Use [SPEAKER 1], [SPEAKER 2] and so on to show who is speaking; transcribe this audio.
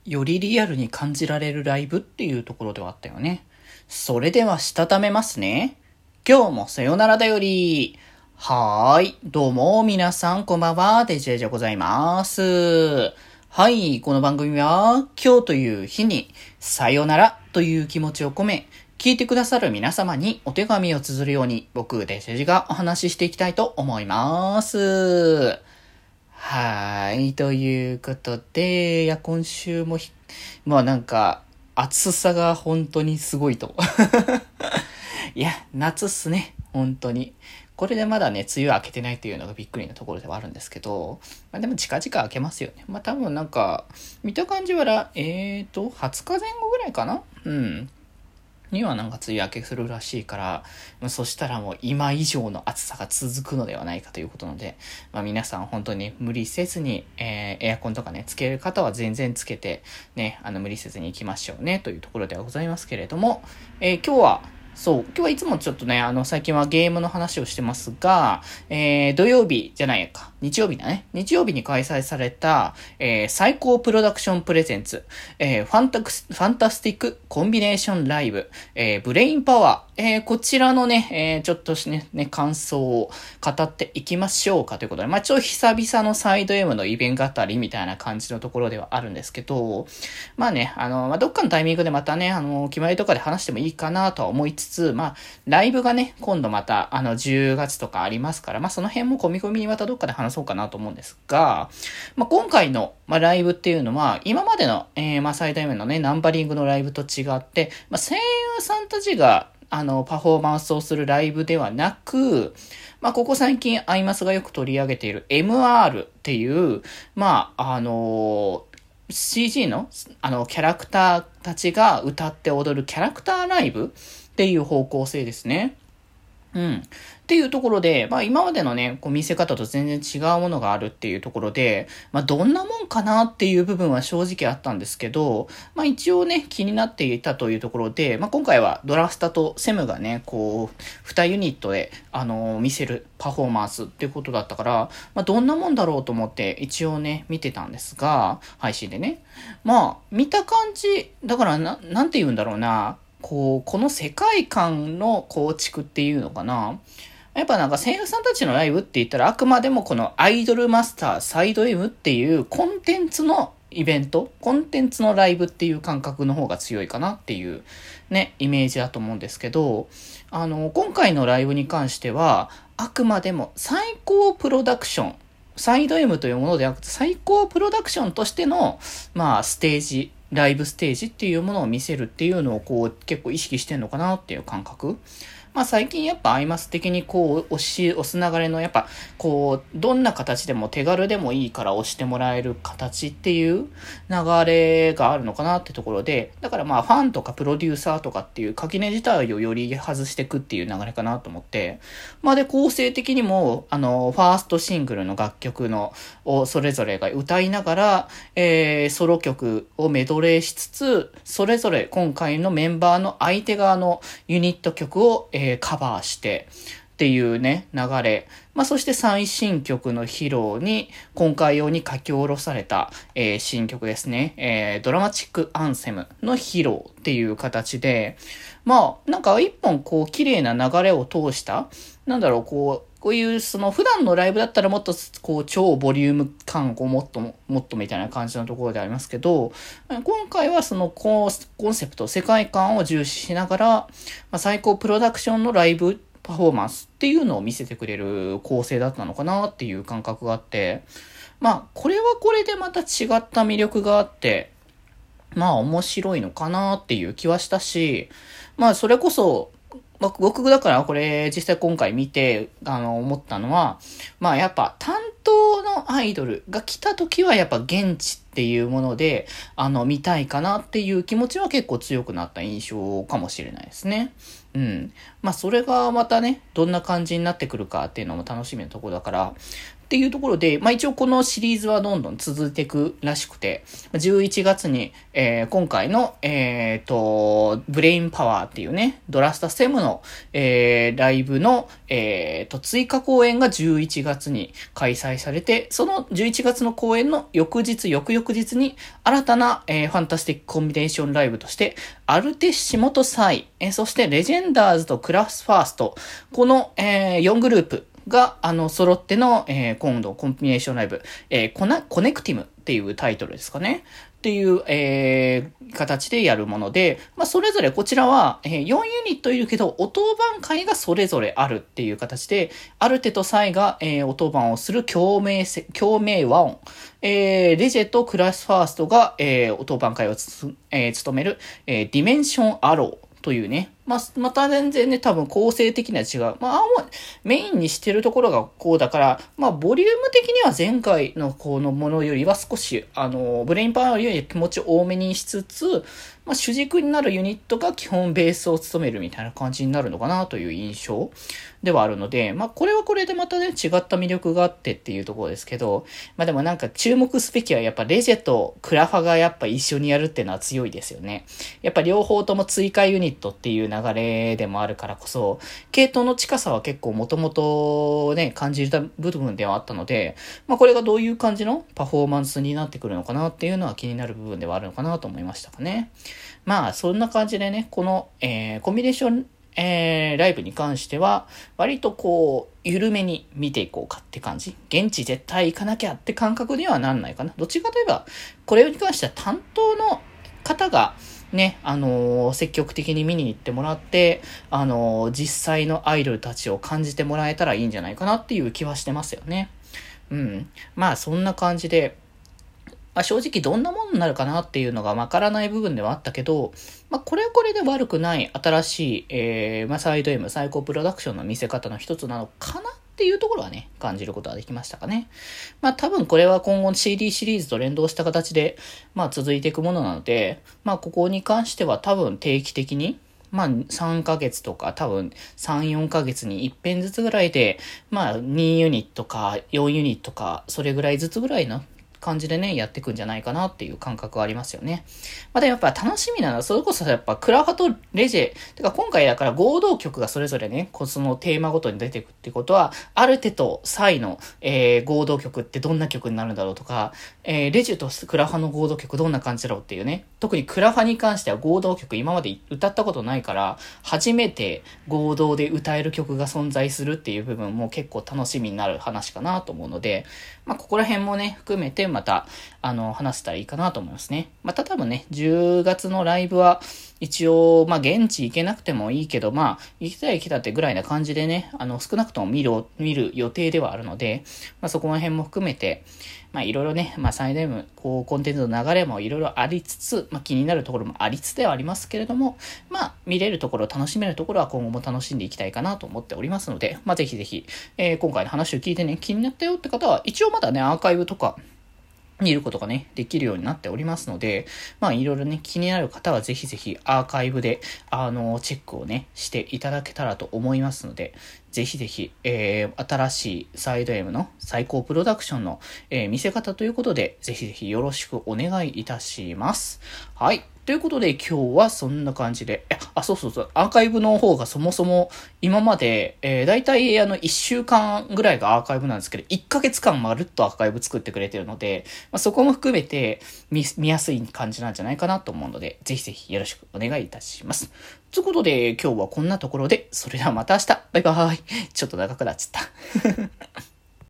[SPEAKER 1] よりリアルに感じられるライブっていうところではあったよね。それではしたためますね。今日もさよならだより。はーい。どうも皆さんこんばんは。デジェジでございます。はい。この番組は今日という日にさよならという気持ちを込め、聞いてくださる皆様にお手紙を綴るように僕デジェジがお話ししていきたいと思います。はい。ということで、今週もなんか、暑さが本当にすごいと。いや、夏っすね。本当に。これでまだね、梅雨明けてないっていうのがびっくりなところではあるんですけど、でも近々明けますよね。多分見た感じは20日前後ぐらいかな？には梅雨明けするらしいから、そしたらもう今以上の暑さが続くのではないかということなので、皆さん本当に無理せずに、エアコンとかね、つける方は全然つけて、ね、無理せずに行きましょうね、というところではございますけれども、今日はいつもちょっとね、最近はゲームの話をしてますが、土曜日じゃないか、日曜日だね。日曜日に開催された、最高プロダクションプレゼンツ、ファンタスティックコンビネーションライブ、ブレインパワー、こちらのね、ちょっとね、感想を語っていきましょうかということで、ちょっと久々のサイド M のイベント語りみたいな感じのところではあるんですけど、どっかのタイミングでまたね、決まりとかで話してもいいかなとは思いつつ、ライブがね、今度また、10月とかありますから、その辺も込み込みにまたどっかで話そうかなと思うんですが、今回の、ライブっていうのは、今までの、最大面のね、ナンバリングのライブと違って、声優さんたちが、パフォーマンスをするライブではなく、ここ最近アイマスがよく取り上げている MR っていう、CG の、キャラクターたちが歌って踊るキャラクターライブっていう方向性ですね。っていうところで、今までのね、見せ方と全然違うものがあるっていうところで、どんなもんかなっていう部分は正直あったんですけど、一応ね、気になっていたというところで、今回はドラスタとセムがね、2ユニットで、見せるパフォーマンスっていうことだったから、どんなもんだろうと思って一応ね、見てたんですが、配信でね。見た感じ、だからなんて言うんだろうな、この世界観の構築っていうのかな。やっぱ声優さんたちのライブって言ったらあくまでもこのアイドルマスターサイド M っていうコンテンツのイベント、コンテンツのライブっていう感覚の方が強いかなっていうね、イメージだと思うんですけど、今回のライブに関してはあくまでも最高プロダクション、サイド M というものではなくて最高プロダクションとしての、ステージ、ライブステージっていうものを見せるっていうのを結構意識してんのかなっていう感覚。最近やっぱアイマス的に押す流れのやっぱどんな形でも手軽でもいいから押してもらえる形っていう流れがあるのかなってところで、だからファンとかプロデューサーとかっていう垣根自体をより外していくっていう流れかなと思って、で構成的にもファーストシングルの楽曲をそれぞれが歌いながら、ソロ曲をメドレーしつつ、それぞれ今回のメンバーの相手側のユニット曲を、カバーしてっていうね、流れ。そして最新曲の披露に、今回用に書き下ろされた、新曲ですね。ドラマチックアンセムの披露っていう形で、一本綺麗な流れを通した、こういう普段のライブだったらもっと超ボリューム感をもっとみたいな感じのところでありますけど、今回はコンセプト、世界観を重視しながら、最高プロダクションのライブパフォーマンスっていうのを見せてくれる構成だったのかなっていう感覚があって、これはこれでまた違った魅力があって、面白いのかなっていう気はしたし、それこそ、僕だからこれ実際今回見て思ったのは、やっぱ担当のアイドルが来た時はやっぱ現地っていうもので見たいかなっていう気持ちは結構強くなった印象かもしれないですね。それがまたね、どんな感じになってくるかっていうのも楽しみなところだから、 っていうところで、まあ一応このシリーズはどんどん続いていくらしくて、11月に、今回の、ブレインパワーっていうね、ドラスタセムの、ライブの、追加公演が11月に開催されて、その11月の公演の翌々日に、新たな、ファンタスティックコンビネーションライブとして、アルテッシモとサイ、そしてレジェンダーズとクラスファースト、この、4グループが、揃っての、今度コンビネーションライブ、コネクティムっていうタイトルですかね。っていう、形でやるもので、まあ、それぞれこちらは、4ユニットいるけど、お当番会がそれぞれあるっていう形で、アルテとサイが、お当番をする共鳴和音、レジェとクラスファーストが、お当番会を務める、ディメンションアロー。というね。また全然ね、多分構成的には違う。メインにしてるところがこうだから、ボリューム的には前回のこのものよりは少し、ブレインパワーより気持ち多めにしつつ、主軸になるユニットが基本ベースを務めるみたいな感じになるのかなという印象ではあるので、これはこれでまたね、違った魅力があってっていうところですけど、でもなんか注目すべきはやっぱレジェとクラファがやっぱ一緒にやるっていうのは強いですよね。やっぱ両方とも追加ユニットっていう流れでもあるからこそ、系統の近さは結構もともとね、感じた部分ではあったので、これがどういう感じのパフォーマンスになってくるのかなっていうのは気になる部分ではあるのかなと思いましたかね。そんな感じでね、この、コンビネーション、ライブに関しては、割とこう、緩めに見ていこうかって感じ。現地絶対行かなきゃって感覚にはなんないかな。どっちかといえば、これに関しては担当の方が、ね、積極的に見に行ってもらって、実際のアイドルたちを感じてもらえたらいいんじゃないかなっていう気はしてますよね。そんな感じで、正直どんなものになるかなっていうのがわからない部分ではあったけど、これはこれで悪くない新しい、サイド M、最高プロダクションの見せ方の一つなのかなっていうところはね、感じることができましたかね。多分これは今後の CD シリーズと連動した形で、続いていくものなので、ここに関しては多分定期的に、3ヶ月とか多分3、4ヶ月に1遍ずつぐらいで、2ユニットか4ユニットか、それぐらいずつぐらいの感じでね、やっていくんじゃないかなっていう感覚はありますよね。で、やっぱ楽しみなのは、それこそやっぱクラファとレジェ、てか今回だから合同曲がそれぞれね、そのテーマごとに出てくってことは、アルテとサイの、合同曲ってどんな曲になるんだろうとか、レジェとクラファの合同曲どんな感じだろうっていうね、特にクラファに関しては合同曲今まで歌ったことないから、初めて合同で歌える曲が存在するっていう部分も結構楽しみになる話かなと思うので、ここら辺もね、含めてまた、話せたらいいかなと思いますね。また多分ね、10月のライブは、一応、現地行けなくてもいいけど、行きたってぐらいな感じでね、少なくとも見る予定ではあるので、そこら辺も含めて、いろいろね、サイド M、コンテンツの流れもいろいろありつつ、気になるところもありつつではありますけれども、見れるところ、楽しめるところは今後も楽しんでいきたいかなと思っておりますので、ぜひぜひ、今回の話を聞いてね、気になったよって方は、一応まだね、アーカイブとか、見ることがね、できるようになっておりますので、いろいろね、気になる方はぜひぜひアーカイブで、チェックをね、していただけたらと思いますので、ぜひぜひ、新しいサイド M の最高プロダクションの、見せ方ということで、ぜひぜひよろしくお願いいたします。はい。ということで今日はそんな感じで、そう、アーカイブの方がそもそも今まで、だいたい1週間ぐらいがアーカイブなんですけど、1ヶ月間まるっとアーカイブ作ってくれてるので、そこも含めて見やすい感じなんじゃないかなと思うので、ぜひぜひよろしくお願いいたします。ということで今日はこんなところで、それではまた明日。バイバーイ。ちょっと長くなっちゃった。